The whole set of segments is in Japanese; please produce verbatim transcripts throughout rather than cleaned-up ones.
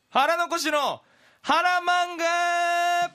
腹残しの腹漫画。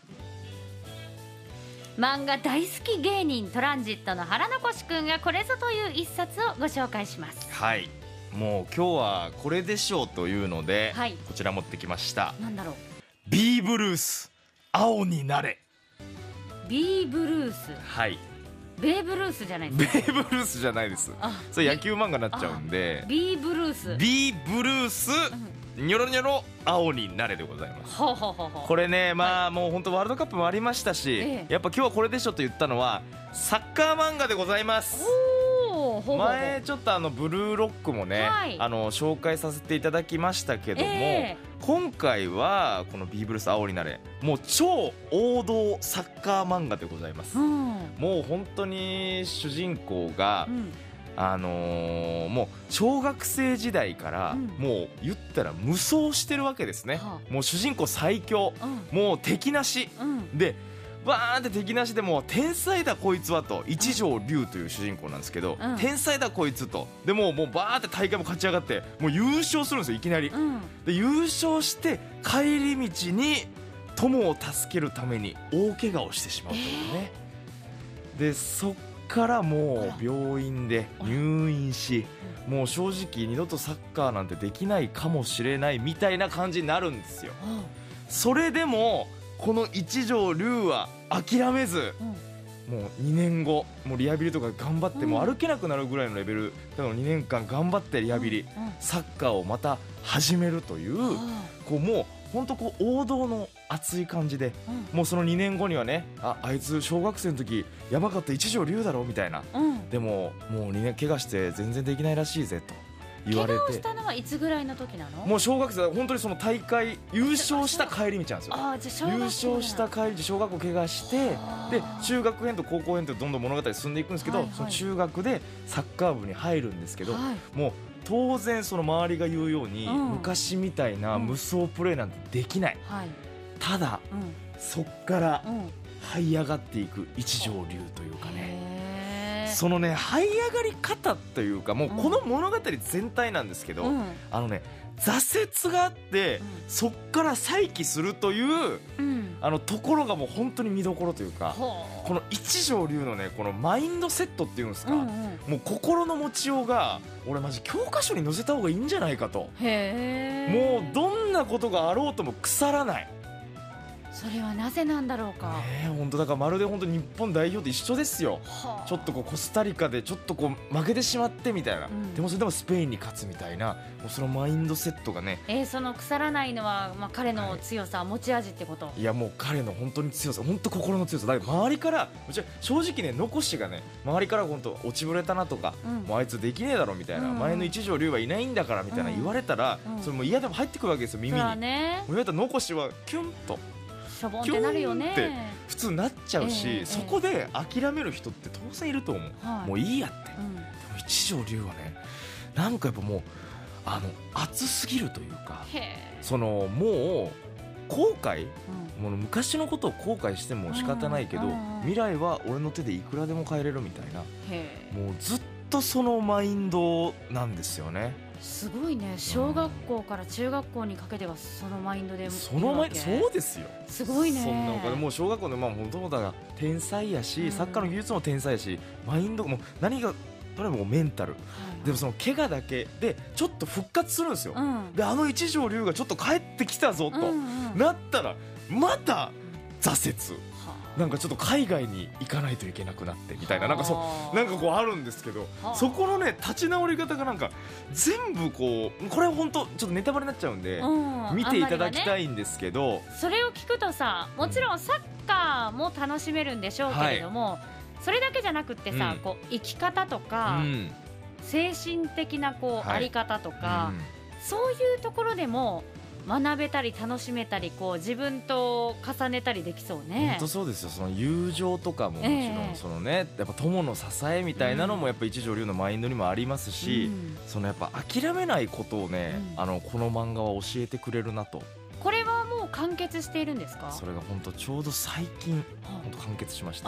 漫画大好き芸人トランジットの腹残しくんがこれぞという一冊をご紹介します。 はい、もう今日はこれでしょうというので、 はい、 こちら持ってきました。 なんだろう。 ビーブルース青になれ。 ビーブルース、はい、ベーブルースじゃないですか。 ベーブルースじゃないです。それ野球漫画になっちゃうんで、 ビーブルースビーブルース、うん、ニョロニョロ青になれでございます。 ほうほうほうほう。 これね、まあ、はい、もう本当ワールドカップもありましたし、ええ、やっぱ今日はこれでしょと言ったのはサッカー漫画でございます。 ほうほうほう。 前ちょっとあのブルーロックもね、はい、あの紹介させていただきましたけども、えー、今回はこのビーブルース青になれ、もう超王道サッカー漫画でございます、うん、もう本当に主人公が、うん、あのー、もう小学生時代からもう言ったら無双してるわけですね、うん、もう主人公最強、うん、もう敵なし、うん、でバーンって敵なしでも天才だこいつはと、一条龍という主人公なんですけど、うん、天才だこいつと、でももうバーって大会も勝ち上がってもう優勝するんですよいきなり、うん、で優勝して帰り道に友を助けるために大怪我をしてしまうというね、えー、でそっからもう病院で入院し、もう正直二度とサッカーなんてできないかもしれないみたいな感じになるんですよ。それでもこの一条龍は諦めず、うん、もうにねんごもうリハビリとか頑張って、うん、もう歩けなくなるぐらいのレベルだからにねんかん頑張ってリハビリ、うんうん、サッカーをまた始めるという、うん、こうもう本当こう王道の熱い感じで、うん、もうそのにねんごにはね、ああいつ小学生の時やばかった一条龍だろみたいな、うん、でももうにねん怪我して全然できないらしいぜと言われて。 怪我をしたのはいつぐらいの時なの？ もう小学生、本当にその大会優勝した帰り道なんですよ。 あ、じゃあ小学校優勝した帰り道、小学校怪我して、で中学編と高校編とどんどん物語進んでいくんですけど、はいはい、その中学でサッカー部に入るんですけど、はい、もう当然その周りが言うように、うん、昔みたいな無双プレーなんてできない、うん、ただ、うん、そっから這い上がっていく一条龍というかね、そのね這い上がり方というか、もうこの物語全体なんですけど、うん、あのね挫折があって、うん、そっから再起するという、うん、あのところがもう本当に見どころというか、この一条龍のねこのマインドセットっていうんですか、うんうん、もう心の持ちようが俺マジ教科書に載せた方がいいんじゃないかと。へー、もうどんなことがあろうとも腐らない。 それはなぜなんだろうか、 ね、本当だからまるで本当日本代表と一緒ですよ。ちょっとこうコスタリカでちょっとこう負けてしまってみたいな、うん、でもそれでもスペインに勝つみたいな、もうそのマインドセットがね、 えー、その腐らないのは、まあ、彼の強さ、はい、持ち味ってこと。 いやもう彼の本当に強さ、本当心の強さだから、周りから正直ね残しがね周りから本当落ちぶれたなとか、うん、もうあいつできねえだろみたいな、うん、前の一条龍はいないんだからみたいな言われたら、うん、それも嫌でも入ってくるわけですよ耳に、ね、言われたら残しはキュンとしょぼんってなるよねって普通なっちゃうし、えー、そこで諦める人って当然いると思う、はい、もういいやって、うん、でも一条龍はねなんかやっぱもうあの熱すぎるというか、そのもう後悔、うん、もう昔のことを後悔しても仕方ないけど、うん、未来は俺の手でいくらでも変えれるみたいな、もうずっとそのマインドなんですよね。 すごいね。小学校から中学校にかけてはそのマインドで、 そのマインド、そうですよ。 すごいね。 そんなお金もう小学校でまあ元々が天才やし、うん、サッカーの技術も天才やし、マインドも何がとにかくメンタル、はい、でもその怪我だけでちょっと復活するんですよ、うん、であの一条龍がちょっと帰ってきたぞと、うんうん、なったらまた挫折、なんかちょっと海外に行かないといけなくなってみたいな、なんかそうなんかこうあるんですけど、そこのね立ち直り方がなんか全部こう、これは本当ちょっとネタバレになっちゃうんで、うん、見ていただきたいんですけど、ね、 それを聞くとさ、もちろんサッカーも楽しめるんでしょうけれども、はい、それだけじゃなくってさ、うん、こう生き方とか、うん、精神的なこう、はい、あり方とか、うん、そういうところでも学べたり楽しめたり、こう自分と重ねたりできそうね。 本当そうですよ。その友情とかももちろん、えー、そのねやっぱ友の支えみたいなのもやっぱ一条龍のマインドにもありますし、うん、そのやっぱ諦めないことをね、うん、あのこの漫画は教えてくれるなと。 これはもう完結しているんですか？ それが本当ちょうど最近本当完結しました。 あ、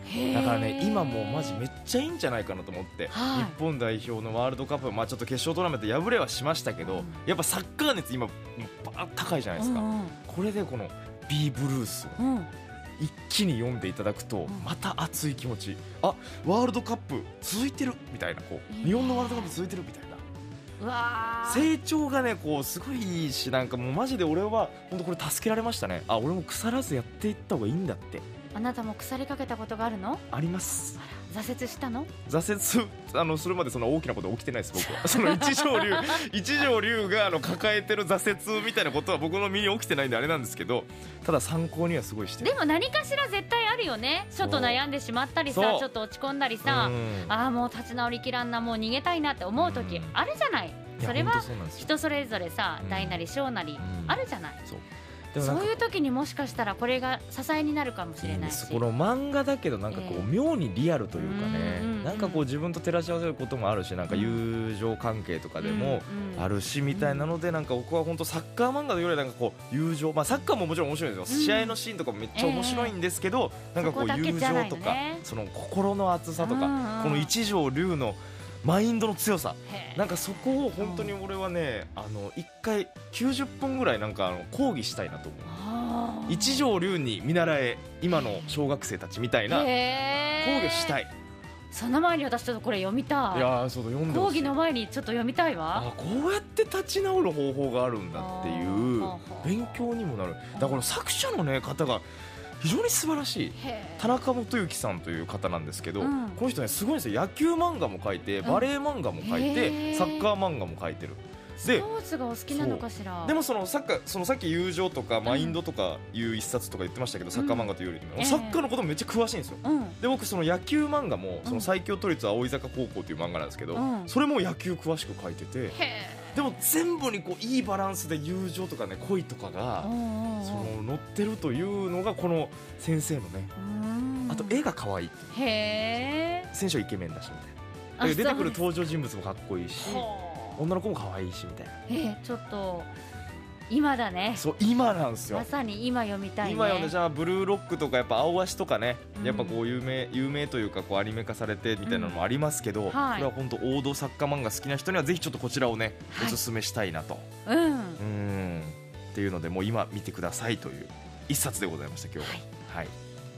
だからね今もうマジめっちゃいいんじゃないかなと思って、 はい、 日本代表のワールドカップ、まあ、ちょっと決勝トーナメント敗れはしましたけど、うん、やっぱサッカー熱今バー高いじゃないですか、うんうん、これでこの B ブルースを、うん一気に読んでいただくとまた熱い気持ち、あワールドカップ続いてるみたいな、こう日本のワールドカップ続いてるみたいな、 うわ成長がねこうすごいいいし、なんかもうマジで俺は本当これ助けられましたね。あ俺も腐らずやっていった方がいいんだって。 あなたも腐りかけたことがあるの？ あります。 挫折したの？ 挫折あのそれまでそんな大きなこと起きてないです僕は。その一条流一条流があの抱えてる挫折みたいなことは僕の身に起きてないんであれなんですけど、ただ参考にはすごいしてる。 でも何かしら絶対あるよね。ちょっと悩んでしまったりさ、ちょっと落ち込んだりさ、ああもう立ち直りきらんな、もう逃げたいなって思う時あるじゃない。それは人それぞれさ、大なり小なりあるじゃない。そうでもそういう時にもしかしたらこれが支えになるかもしれないし、 この漫画だけどなんかこう、えー、妙にリアルというかね、うんうんうん、なんかこう自分と照らし合わせることもあるし、なんか友情関係とかでもあるしみたいなので、なんか僕は本当サッカー漫画よりなんかこう友情、まあサッカーももちろん面白いんですよ、うん、試合のシーンとかもめっちゃ面白いんですけど、えー、なんかこう友情とかその心の熱さとか、うんうん、この一条龍のマインドの強さ、なんかそこを本当に俺はね、あのいっかいきゅうじゅっぷんぐらいなんかあの講義したいなと思う。一条龍に見習え今の小学生たちみたいな講義したい。 その前に私ちょっとこれ読みたい。 いやそうだ、読んでほしい。 講義の前にちょっと読みたいわ。 あこうやって立ち直る方法があるんだっていう勉強にもなる。だから作者の、ね、方が非常に素晴らしい田中元幸さんという方なんですけど、うん、この人ねすごいんですよ。野球漫画も描いてバレエ漫画も描いて、うん、サッカー漫画も描いてる。 スポーツがお好きなのかしら。 でもそのサッカー、そのさっき友情とかマインドとかいう一冊とか言ってましたけど、うん、サッカー漫画というよりも、うん、サッカーのこともめっちゃ詳しいんですよ、うん、で僕その野球漫画もその最強都立葵坂高校という漫画なんですけど、うん、それも野球詳しく書いてて、でも全部にこういいバランスで友情とかね恋とかがその載ってるというのがこの先生のね、あと絵が可愛い。へー、選手はイケメンだしみたいな、出てくる登場人物もかっこいいし女の子も可愛いしみたいな。 えー、ちょっと今だね。 そう今なんですよ。 まさに今読みたいね。 今読んで、じゃあブルーロックとかやっぱ青足とかね、うん、やっぱこう有名有名というかこうアニメ化されてみたいなのもありますけど、うん、はい、これは本当王道作家漫画好きな人にはぜひちょっとこちらをね、はい、おすすめしたいなと、うん、うんっていうのでもう今見てくださいという一冊でございました今日は。はい、はい、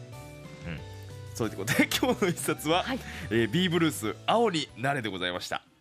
うん、そういうことで今日の一冊は、はい、えー、B ブルース青になれでございました。